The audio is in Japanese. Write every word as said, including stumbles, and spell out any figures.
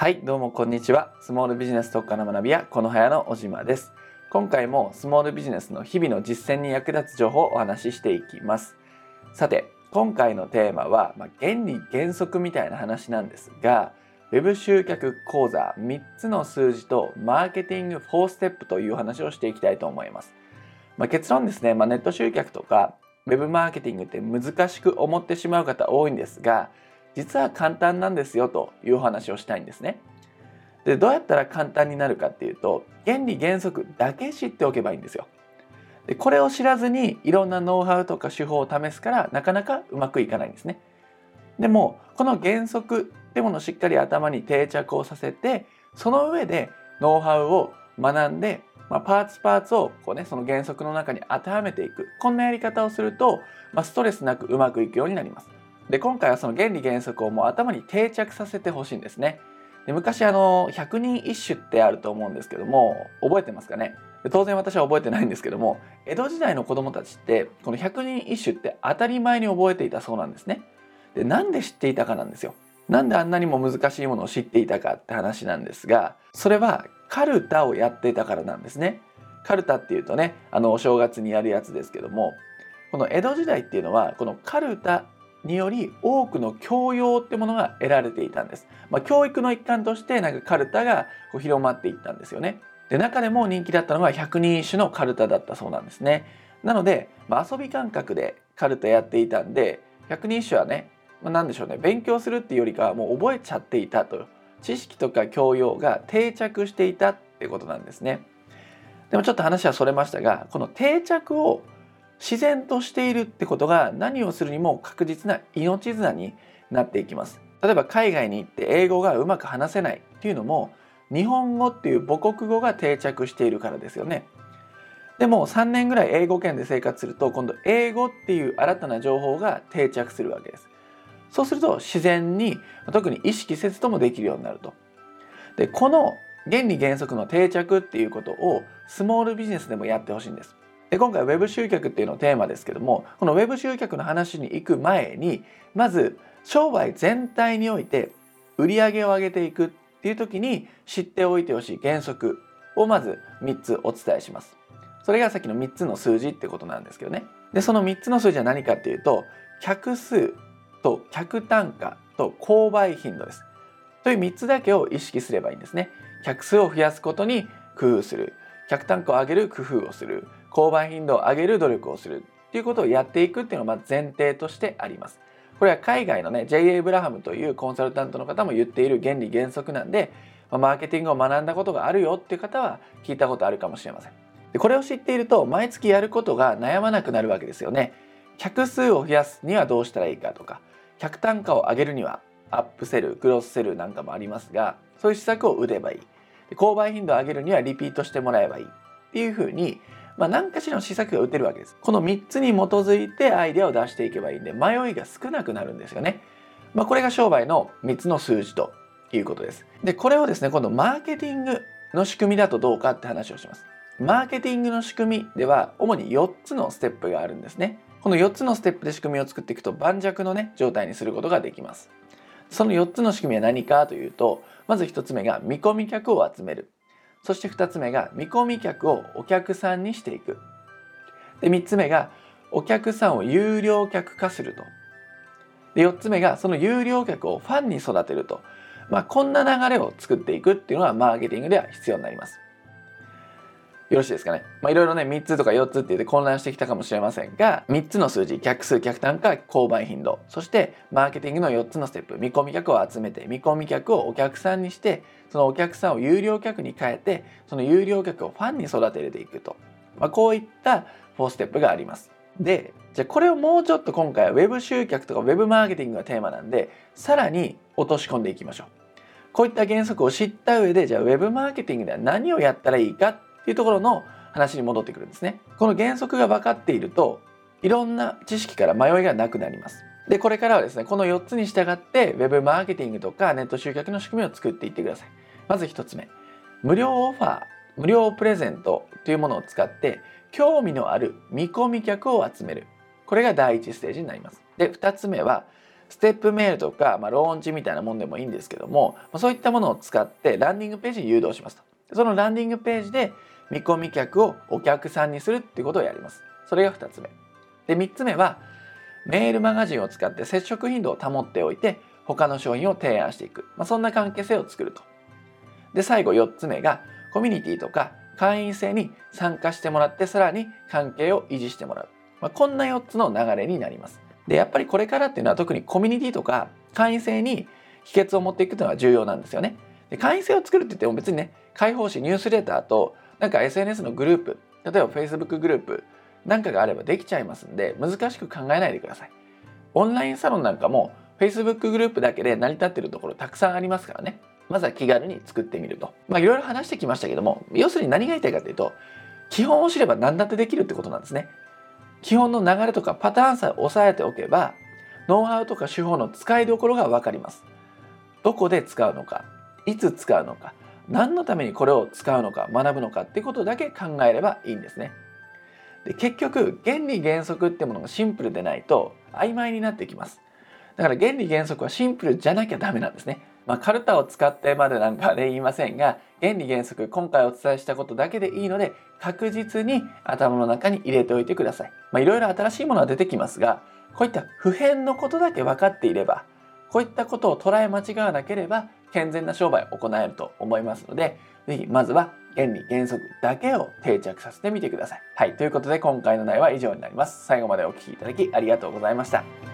はい、どうもこんにちは。スモールビジネス特化の学び屋、このはやの小島です。今回もスモールビジネスの日々の実践に役立つ情報をお話ししていきます。さて、今回のテーマは、まあ、原理原則みたいな話なんですが、ウェブ集客講座みっつの数字とマーケティングよんステップという話をしていきたいと思います。まあ、結論ですね、まあ、ネット集客とかウェブマーケティングって難しく思ってしまう方多いんですが、実は簡単なんですよというお話をしたいんですね。で、どうやったら簡単になるかっていうと、原理原則だけ知っておけばいいんですよ。で、これを知らずにいろんなノウハウとか手法を試すからなかなかうまくいかないんですね。でもこの原則ってものをしっかり頭に定着をさせて、その上でノウハウを学んで、まあ、パーツパーツをこう、ね、その原則の中に当てはめていく、こんなやり方をすると、まあ、ストレスなくうまくいくようになります。で、今回はその原理原則をもう頭に定着させてほしいんですね。で、昔あのひゃくにん一首ってあると思うんですけども、覚えてますかね。で、当然私は覚えてないんですけども、江戸時代の子どもたちってこのひゃくにん一首って当たり前に覚えていたそうなんですね。で、なんで知っていたかなんですよ。なんであんなにも難しいものを知っていたかって話なんですが、それはカルタをやっていたからなんですね。カルタっていうとね、あのお正月にやるやつですけども、この江戸時代っていうのはこのカルタにより多くの教養ってものが得られていたんです。まあ、教育の一環としてなんかカルタがこう広まっていったんですよね。で、中でも人気だったのがひゃくにん一首のカルタだったそうなんですね。なので、まあ、遊び感覚でカルタやっていたんで、ひゃくにん一首はね、まあ、何でしょうね、勉強するっていうよりかはもう覚えちゃっていたと、知識とか教養が定着していたってことなんですね。でもちょっと話はそれましたが、この定着を自然としているってことが何をするにも確実な命綱になっていきます。例えば海外に行って英語がうまく話せないっていうのも、日本語っていう母国語が定着しているからですよね。でもさんねんぐらい英語圏で生活すると、今度英語っていう新たな情報が定着するわけです。そうすると自然に、特に意識せずともできるようになると。で、この原理原則の定着っていうことをスモールビジネスでもやってほしいんです。で、今回はウェブ集客っていうのをテーマですけども、このウェブ集客の話に行く前に、まず商売全体において売り上げを上げていくっていう時に知っておいてほしい原則をまずみっつお伝えします。それがさっきのみっつの数字ってことなんですけどね。で、そのみっつの数字は何かっていうと、客数と客単価と購買頻度です。というみっつだけを意識すればいいんですね。客数を増やすことに工夫する。客単価を上げる工夫をする。購買頻度を上げる努力をする。っていうことをやっていくっていうのが前提としてあります。これは海外のね、ジェイエー ブラハムというコンサルタントの方も言っている原理原則なんで、マーケティングを学んだことがあるよっていう方は聞いたことあるかもしれません。で、これを知っていると毎月やることが悩まなくなるわけですよね。客数を増やすにはどうしたらいいかとか、客単価を上げるにはアップセル、クロスセルなんかもありますが、そういう施策を打てばいい。で、購買頻度を上げるにはリピートしてもらえばいいっていうふうに、まあ、何かしらの施策が打てるわけです。このみっつに基づいてアイデアを出していけばいいんで、迷いが少なくなるんですよね。まあ、これが商売のみっつの数字ということです。で、これをですね、今度マーケティングの仕組みだとどうかって話をします。マーケティングの仕組みでは主によっつのステップがあるんですね。このよっつのステップで仕組みを作っていくと盤石のね、状態にすることができます。そのよっつの仕組みは何かというと、まずひとつめが見込み客を集める。そしてふたつめが見込み客をお客さんにしていく。で、みっつめがお客さんを有料客化すると。で、よっつめがその有料客をファンに育てると。まあ、こんな流れを作っていくっていうのはマーケティングでは必要になります。よろしいですかね。まあ、いろいろね、みっつとかよっつって言って混乱してきたかもしれませんが、みっつの数字、客数、客単価、購買頻度、そしてマーケティングのよっつのステップ、見込み客を集めて、見込み客をお客さんにして、そのお客さんを有料客に変えて、その有料客をファンに育てていくと。まあ、こういったよんステップがあります。で、じゃあこれをもうちょっと今回はウェブ集客とかウェブマーケティングがテーマなんで、さらに落とし込んでいきましょう。こういった原則を知った上で、じゃあウェブマーケティングでは何をやったらいいかっていうところの話に戻ってくるんですね。この原則が分かっていると、いろんな知識から迷いがなくなります。で、これからはですね、このよっつに従ってウェブマーケティングとかネット集客の仕組みを作っていってください。まずひとつめ、無料オファー、無料プレゼントというものを使って興味のある見込み客を集める。これが第一ステージになります。で、ふたつめはステップメールとか、まあ、ローンチみたいなもんでもいいんですけども、そういったものを使ってランディングページに誘導しますと。そのランディングページで見込み客をお客さんにするっていうことをやります。それがふたつめ。で、みっつめはメールマガジンを使って接触頻度を保っておいて他の商品を提案していく、まあ、そんな関係性を作ると。で、最後よっつめがコミュニティとか会員制に参加してもらってさらに関係を維持してもらう、まあ、こんなよっつの流れになります。で、やっぱりこれからっていうのは特にコミュニティとか会員制に秘訣を持っていくというのが重要なんですよね。で、会員制を作るって言っても別にね、開放誌ニュースレターとなんか エスエヌエス のグループ、例えば Facebook グループなんかがあればできちゃいますんで、難しく考えないでください。オンラインサロンなんかも Facebook グループだけで成り立っているところたくさんありますからね。まずは気軽に作ってみると。まあいろいろ話してきましたけども、要するに何が言いたいかというと、基本を知れば何だってできるってことなんですね。基本の流れとかパターンさえ押さえておけば、ノウハウとか手法の使いどころが分かります。どこで使うのか、いつ使うのか、何のためにこれを使うのか学ぶのかっていうことだけ考えればいいんですね。で、結局原理原則ってものがシンプルでないと曖昧になってきます。だから原理原則はシンプルじゃなきゃダメなんですね。まあ、カルタを使ってまでなんかで言いませんが、原理原則今回お伝えしたことだけでいいので確実に頭の中に入れておいてください。まあ、いろいろ新しいものは出てきますが、こういった普遍のことだけ分かっていれば、こういったことを捉え間違わなければ健全な商売を行えると思いますので、ぜひまずは原理原則だけを定着させてみてください。はい、ということで今回の内容は以上になります。最後までお聞きいただきありがとうございました。